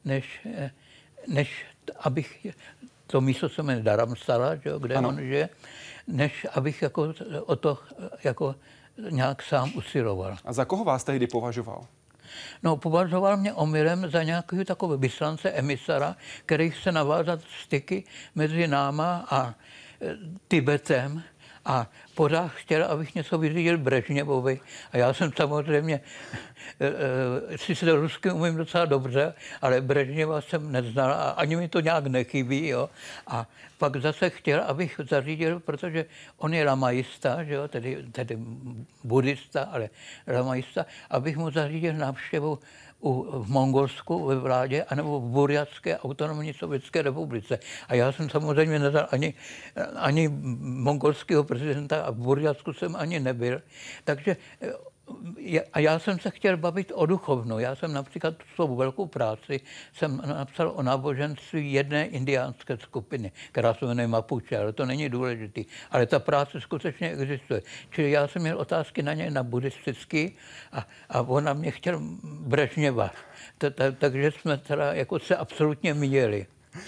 S2: než abych, to místo se jmenuje Dharamsala, kde ano. On žije, než abych o to nějak sám usiloval.
S1: A za koho vás tehdy považoval?
S2: No, považoval mě omylem za nějakého takového vyslance, emisara, který chce navázat styky mezi náma a Tibetem. A pořád chtěl, abych něco vyřídil Brežněvovi. A já jsem samozřejmě, sice rusky umím docela dobře, ale Brežněva jsem neznal a ani mi to nějak nechybí. Jo. A pak zase chtěl, abych zařídil, protože on je lamaista, že jo, tedy buddhista, ale lamaista, abych mu zařídil návštěvu v Mongolsku ve vládě, anebo v Burjatské autonomní sovětské republice. A já jsem samozřejmě nedal ani mongolského prezidenta a v Burjatsku jsem ani nebyl. Takže a já jsem se chtěl bavit o duchovnu. Já jsem například svou velkou práci jsem napsal o náboženství jedné indiánské skupiny, která se jmenuje Mapuche, ale to není důležitý. Ale ta práce skutečně existuje. Čili já jsem měl otázky na něj na buddhistický a ona mě chtěl Brežněva. Takže jsme teda jako se absolutně míjeli.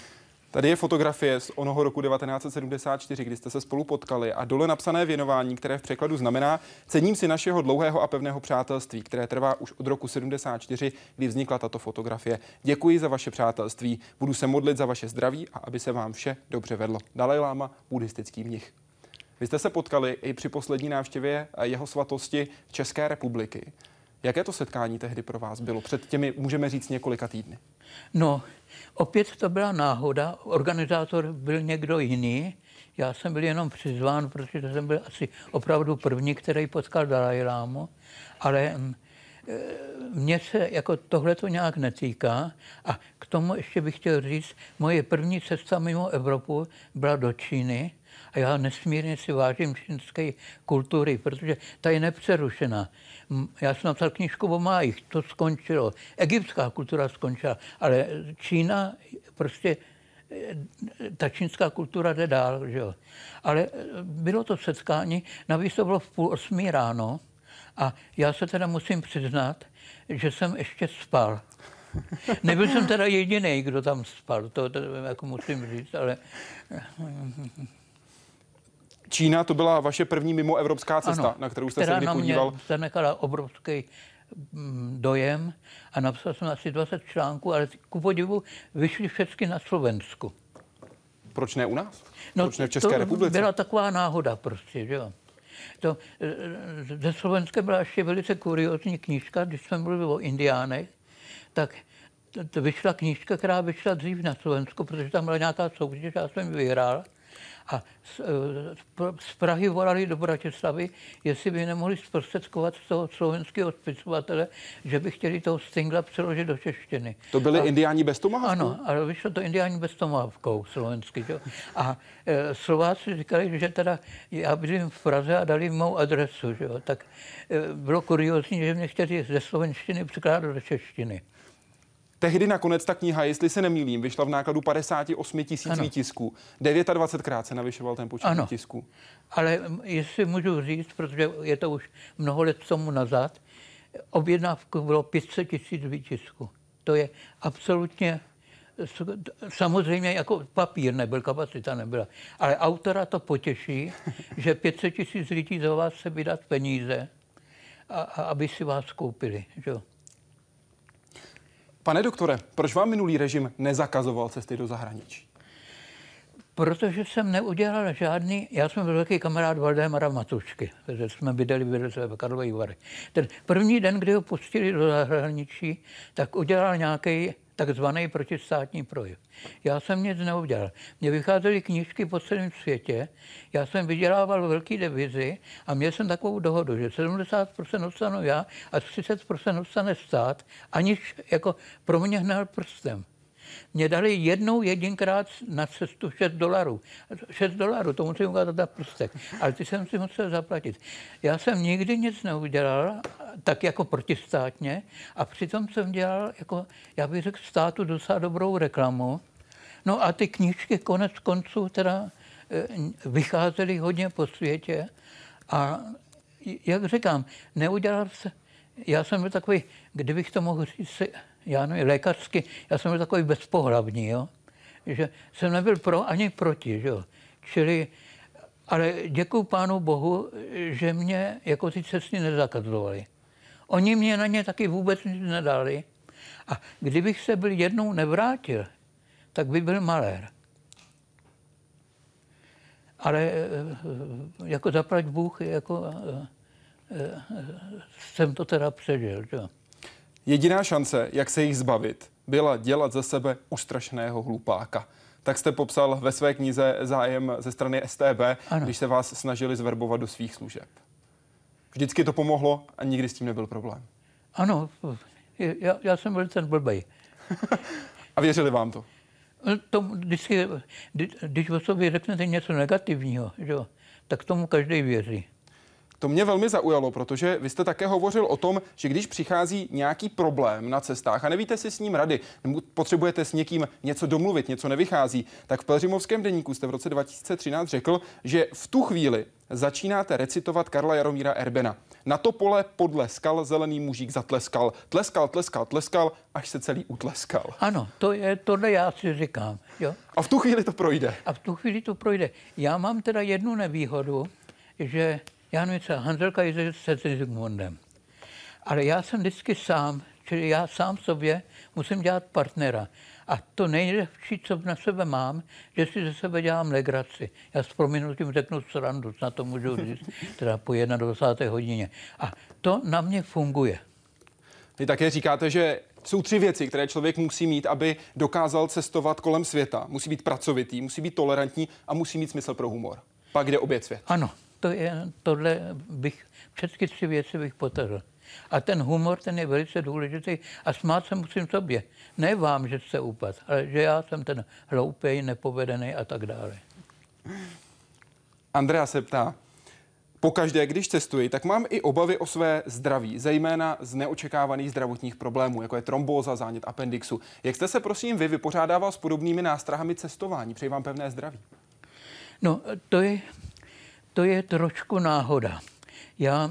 S1: Tady je fotografie z onoho roku 1974, kdy jste se spolu potkali a dole napsané věnování, které v překladu znamená: cením si našeho dlouhého a pevného přátelství, které trvá už od roku 74, kdy vznikla tato fotografie. Děkuji za vaše přátelství, budu se modlit za vaše zdraví a aby se vám vše dobře vedlo. Dalaj Láma, buddhistický mnich. Vy jste se potkali i při poslední návštěvě jeho svatosti České republiky. Jaké to setkání tehdy pro vás bylo? Před těmi, můžeme říct, několika týdny.
S2: No, opět to byla náhoda. Organizátor byl někdo jiný. Já jsem byl jenom přizván, protože jsem byl asi opravdu první, který potkal Dalaj Lámu. Ale mně se jako tohle to nějak netýká. A k tomu ještě bych chtěl říct, moje první cesta mimo Evropu byla do Číny. A já nesmírně si vážím čínské kultury, protože ta je nepřerušená. Já jsem napsal knížku o Májích, to skončilo. Egyptská kultura skončila, ale Čína prostě, ta čínská kultura jde dál, že jo. Ale bylo to setkání, navíc to bylo v 7:30 ráno a já se teda musím přiznat, že jsem ještě spal. Nebyl jsem teda jediný, kdo tam spal, to jako musím říct, ale...
S1: Čína, to byla vaše první mimoevropská cesta, ano, na kterou jste se kdy podíval.
S2: Která na mě zanechala obrovský dojem a napsal jsem asi 20 článků, ale ku podivu vyšly všechny na Slovensku.
S1: Proč ne u nás?
S2: No,
S1: proč ne v České republice?
S2: Byla taková náhoda prostě, že jo. Ze Slovenska byla ještě velice kuriózní knížka, když jsme mluvili o Indiánech, tak to vyšla knížka, která vyšla dřív na Slovensku, protože tam byla nějaká soutěž, já jsem ji vyhrál. A z Prahy volali do Bratislavy, jestli by nemohli zprostředkovat z toho slovenského spisovatele, že by chtěli toho Stingla přeložit do češtiny.
S1: To byli Indiáni bez tomahawku?
S2: Ano, ale vyšlo to Indiáni bez tomahawkou slovensky. Jo? A Slováci říkali, že teda já bydlím v Praze a dali mou adresu. Že jo? Tak bylo kuriózní, že mě chtěli ze slovenštiny překládat do češtiny.
S1: Tehdy nakonec ta kniha, jestli se nemýlím, vyšla v nákladu 58 000 výtisků. 29krát se navyšoval ten počet výtisků.
S2: Ale jestli můžu říct, protože je to už mnoho let tomu nazad, objednávku bylo 500 000 výtisků. To je absolutně, samozřejmě jako papír nebyl, kapacita nebyla. Ale autora to potěší, že 500 000 lidí za vás se vydat peníze, aby si vás koupili. Že?
S1: Pane doktore, proč vám minulý režim nezakazoval cesty do zahraničí?
S2: Protože jsem neudělal žádný, já jsem byl velký kamarád Valdemara Matušky, protože jsme bydleli vedle sebe Karlovy Vary. Ten první den, kdy ho pustili do zahraničí, tak udělal nějaký takzvaný protistátní projev. Já jsem nic neudělal. Mně vycházely knížky po celém světě, já jsem vydělával velké devizy a měl jsem takovou dohodu, že 70% dostanu já a 30% dostane stát, aniž jako pro mě hnal prstem. Mě dali jedinkrát na cestu $6. $6, to musím ukázat na prstech. Ale ty jsem si musel zaplatit. Já jsem nikdy nic neudělal, tak jako protistátně, a přitom jsem dělal, jako, já bych řekl, státu docela dobrou reklamu. No a ty knížky konec konců teda vycházely hodně po světě a jak říkám, neudělal se, já jsem byl takový, kdybych to mohl říct, já nevím, lékařsky, já jsem byl takový bezpohlavní, jo? Že jsem nebyl pro ani proti, že jo? Čili, ale děkuju Pánu Bohu, že mě jako ty cesty nezakazovali. Oni mě na ně taky vůbec nic nedali a kdybych se byl jednou nevrátil, tak by byl malér. Ale jako zaplať Bůh, jako jsem to teda přežil, že jo?
S1: Jediná šance, jak se jich zbavit, byla dělat ze sebe ustrašeného hlupáka. Tak jste popsal ve své knize zájem ze strany StB, ano, když se vás snažili zverbovat do svých služeb. Vždycky to pomohlo a nikdy s tím nebyl problém.
S2: Ano, já jsem byl ten blbej.
S1: A věřili vám to?
S2: To vždycky, když o sobě řeknete něco negativního, že jo, tak tomu každý věří.
S1: To mě velmi zaujalo, protože vy jste také hovořil o tom, že když přichází nějaký problém na cestách a nevíte si s ním rady, nebo potřebujete s někým něco domluvit, něco nevychází, tak v Pelhřimovském deníku jste v roce 2013 řekl, že v tu chvíli začínáte recitovat Karla Jaromíra Erbena. Na to pole podle skal zelený mužík zatleskal. Tleskal, tleskal, tleskal, až se celý utleskal.
S2: Ano, tohle já si říkám. Jo?
S1: A v tu chvíli to projde.
S2: A v tu chvíli to projde. Já mám teda jednu nevýhodu, že já nevím, Hanzelka je se Zsigmundem. Ale já jsem vždycky sám, čili já sám sobě musím dělat partnera. A to nejlepší, co na sebe mám, že si ze sebe dělám legraci. Já s prominutím řeknu srandu, na to můžu říct, teda po 21. hodině. A to na mě funguje.
S1: Vy také říkáte, že jsou 3 věci, které člověk musí mít, aby dokázal cestovat kolem světa. Musí být pracovitý, musí být tolerantní a musí mít smysl pro humor. Pak jde obět svět.
S2: Ano, tohle bych, všechny 3 věci bych potrhl. A ten humor, ten je velice důležitý a smát se musím sobě. Ne vám, že jste upad, ale že já jsem ten hloupej, nepovedený a tak dále.
S1: Andrea se ptá, pokaždé, když cestuji, tak mám i obavy o své zdraví, zejména z neočekávaných zdravotních problémů, jako je trombóza, zánět appendixu. Jak jste se, prosím, vy vypořádával s podobnými nástrahami cestování? Přeji vám pevné zdraví.
S2: No, to je trošku náhoda. Já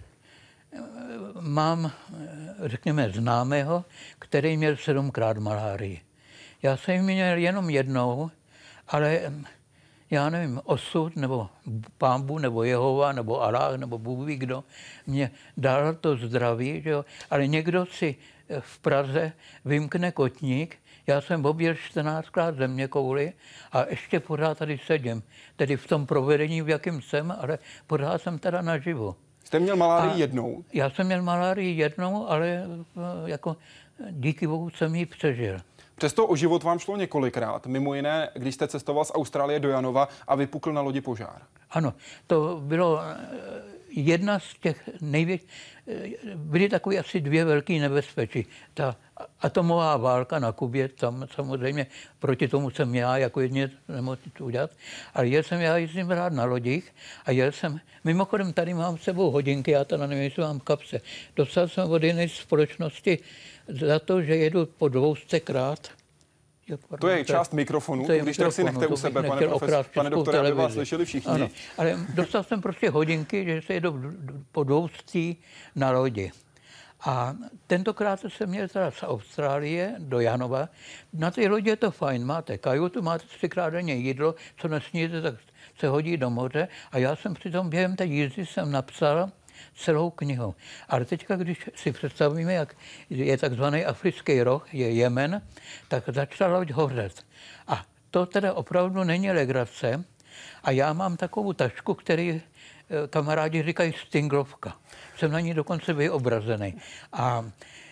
S2: mám, řekněme, známého, který měl 7krát malárii. Já jsem ji měl jenom jednou, ale já nevím, osud, nebo Pán Bůh, nebo Jehova, nebo Aláh, nebo Bůh ví kdo, mě dal to zdraví, že jo? Ale někdo si v Praze vymkne kotník, já jsem objel 14krát zeměkouli a ještě pořád tady sedím. Tedy v tom provedení, v jakém jsem, ale pořád jsem teda naživu.
S1: Jste měl malárii jednou?
S2: Já jsem měl malárii jednou, ale jako díky bohu jsem ji přežil.
S1: Přesto o život vám šlo několikrát. Mimo jiné, když jste cestoval z Austrálie do Janova a vypukl na lodi požár.
S2: Ano, to bylo jedna z těch největších, byly takové asi 2 velké nebezpečí. Ta atomová válka na Kubě, tam samozřejmě proti tomu jsem já jako jedině nemohl udělat, ale já jezdím rád na lodích a jel jsem, mimochodem tady mám s sebou hodinky, já to nevím, jestli mám v kapse. Dostal jsem od jiné společnosti za to, že jedu po 200krát.
S1: To je část mikrofonu, když tak si nechte u sebe, pane doktore, aby vás slyšeli všichni.
S2: Ano, ale dostal jsem prostě hodinky, že se jedu po 200 na lodi. A tentokrát jsem měl teda z Austrálie do Janova. Na té lodi je to fajn, máte kajutu, máte 3krát denně jídlo, co nesníte, tak se hodí do moře. A já jsem přitom během té jízdy jsem napsal celou knihu. Ale teďka, když si představíme, jak je takzvaný africký roh, je Jemen, tak začala loď hořet. A to teda opravdu není legrace. A já mám takovou tašku, který kamarádi říkají Stinglovka. Jsem na ní dokonce vyobrazený. A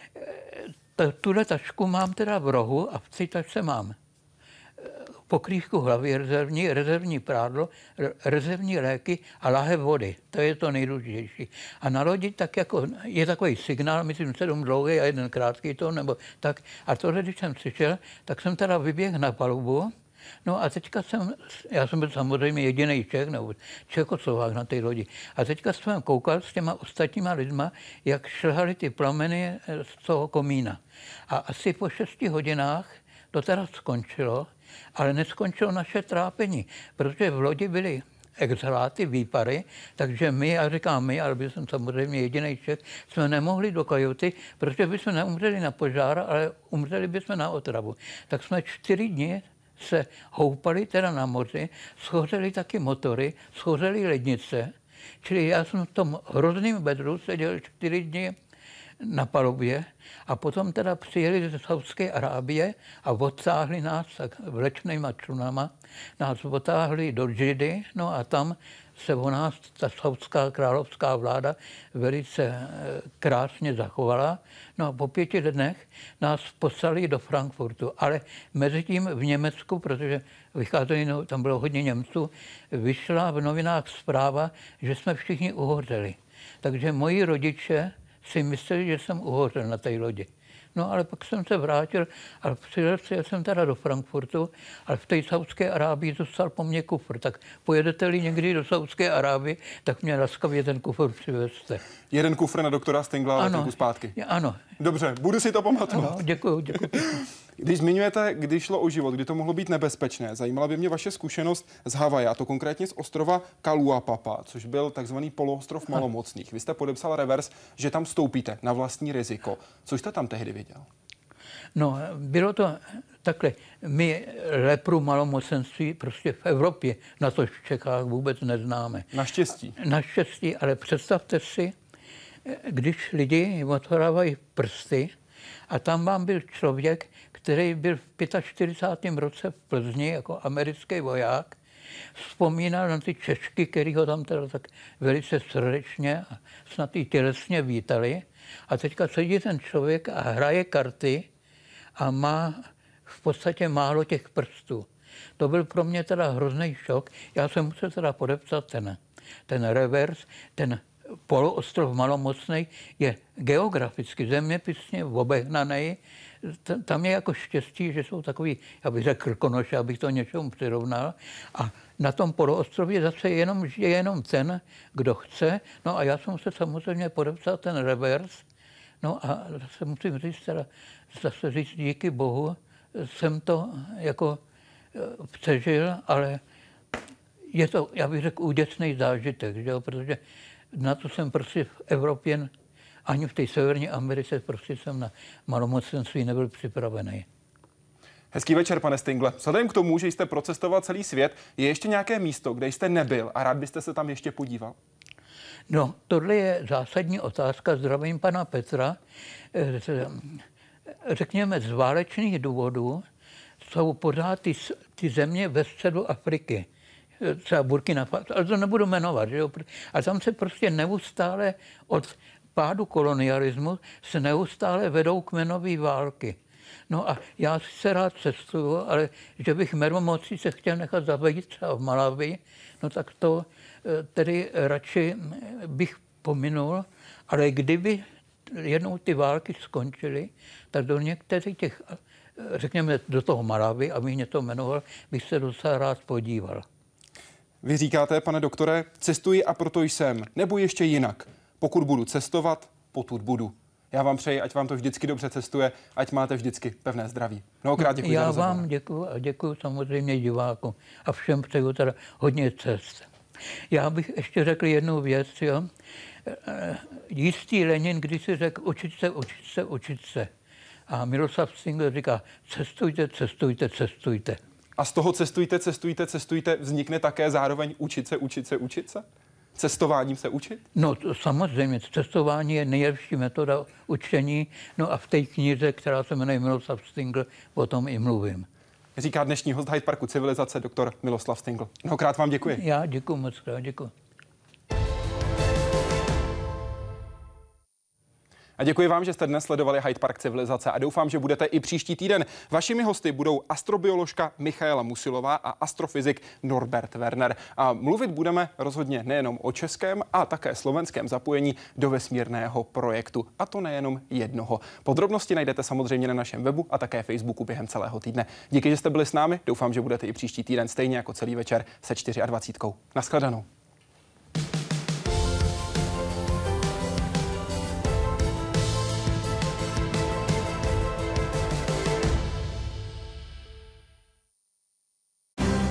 S2: tuhle tašku mám teda v rohu a v té tašce mám pokrývku hlavy rezervní prádlo, rezervní léky a lahev vody. To je to nejdůležitější. A na lodi tak jako je takový signál, myslím 7 dlouhý a 1 krátký to, nebo tak. A tohle, když jsem přišel, tak jsem teda vyběhl na palubu. No a teďka já jsem byl samozřejmě jediný Čech, nebo Čechoslovák na té lodi. A teďka jsem koukal s těma ostatníma lidma, jak šlhaly ty plameny z toho komína. A asi po 6 hodinách to teda skončilo, ale neskončilo naše trápení, protože v lodi byly exhaláty, výpary, takže my, já říkám my, ale byl jsem samozřejmě jediný Čech, jsme nemohli do kajuty, protože bychom neumřeli na požár, ale umřeli bychom na otravu. Tak jsme 4 dny se houpali teda na moři, schořely taky motory, schořely lednice, čili já jsem v tom hrozném bedru seděl 4 dny na palubě a potom teda přijeli ze Saudské Arábie a odtáhli nás tak vlečnýma člunama, nás odtáhli do Džidy, no a tam se o nás ta saudská královská vláda velice krásně zachovala. No a po 5 dnech nás poslali do Frankfurtu, ale mezi tím v Německu, protože vycházeli, no, tam bylo hodně Němců, vyšla v novinách zpráva, že jsme všichni uhořeli. Takže moji rodiče si mysleli, že jsem uhořel na té lodi. No ale pak jsem se vrátil, ale přijel jsem teda do Frankfurtu, ale v té Saudské Arábii zůstal po mně kufr. Tak pojedete-li někdy do Saudské Arábii, tak mě laskavě ten kufr přivezte.
S1: Jeden kufr na doktora Stingla a letenku zpátky.
S2: Ano.
S1: Dobře, budu si to pamatovat.
S2: Ano, děkuji.
S1: Když zmiňujete, kdy šlo o život, kdy to mohlo být nebezpečné, zajímala by mě vaše zkušenost z Havaje, a to konkrétně z ostrova Kalaupapa, což byl takzvaný poloostrov malomocných. Vy jste podepsal revers, že tam vstoupíte na vlastní riziko. Co jste tam tehdy viděl?
S2: No, bylo to takhle. My lepru malomocenství prostě v Evropě, na to v Čechách vůbec neznáme.
S1: Naštěstí.
S2: Naštěstí, ale představte si, když lidi otvárají prsty a tam vám byl člověk, který byl v 45. roce v Plzni jako americký voják, vzpomínal na ty Češky, který ho tam teda tak velice srdečně a snad i tělesně vítali. A teďka sedí ten člověk a hraje karty a má v podstatě málo těch prstů. To byl pro mě teda hrozný šok. Já jsem musel teda podepsat ten revers, ten poloostrov malomocný je geograficky, zeměpisně obehnaný. Tam je jako štěstí, že jsou takový, já bych řekl krkonoše, abych to něčemu přirovnal. A na tom poloostrově zase je jenom ten, kdo chce. No a já jsem se samozřejmě podepsal ten revers. No a zase musím říct, díky Bohu, jsem to jako přežil, ale je to, já bych řekl, úděsný zážitek, že jo? Protože na to jsem prostě v Evropě, ani v té Severní Americe, prostě jsem na malomocenství nebyl připravený.
S1: Hezký večer, pane Stingle. Vzhledem k tomu, že jste procestoval celý svět, je ještě nějaké místo, kde jste nebyl a rád byste se tam ještě podíval?
S2: No, tohle je zásadní otázka. Zdravím pana Petra. Řekněme, z válečných důvodů jsou pořád ty země ve středu Afriky. Třeba Burkina Faso, ale to nebudu jmenovat, že jo? A tam se prostě neustále od pádu kolonialismu se neustále vedou kmenové války. No a já se rád cestuju, ale že bych mermomocí se chtěl nechat zavejít třeba v Malawi, no tak to tedy radši bych pominul, ale kdyby jednou ty války skončily, tak do některých těch, řekněme, do toho Malawi, abych něco jmenoval, bych se docela rád podíval.
S1: Vy říkáte, pane doktore, cestuji a proto jsem, nebo ještě jinak. Pokud budu cestovat, potud budu. Já vám přeji, ať vám to vždycky dobře cestuje, ať máte vždycky pevné zdraví. Mnohokrát děkuji za rozhovor.
S2: Já vám děkuji a děkuji samozřejmě divákům a všem přeju teda hodně cest. Já bych ještě řekl jednu věc, jo. Jistý Lenin, když si řekl učit se. A Miroslav Stingl říká, cestujte.
S1: A z toho cestujte vznikne také zároveň učit se? Cestováním se učit?
S2: No to samozřejmě, cestování je nejlepší metoda učení, no a v té knize, která se jmenuje Miroslav Stingl, o tom i mluvím.
S1: Říká dnešní host Hyde Parku civilizace, doktor Miroslav Stingl. Mnohokrát vám děkuji.
S2: Já děkuji moc krát, děkuji.
S1: A děkuji vám, že jste dnes sledovali Hyde Park civilizace a doufám, že budete i příští týden. Vašimi hosty budou astrobioložka Michaela Musilová a astrofyzik Norbert Werner. A mluvit budeme rozhodně nejenom o českém a také slovenském zapojení do vesmírného projektu. A to nejenom jednoho. Podrobnosti najdete samozřejmě na našem webu a také Facebooku během celého týdne. Díky, že jste byli s námi. Doufám, že budete i příští týden stejně jako celý večer se 24. Naschledanou.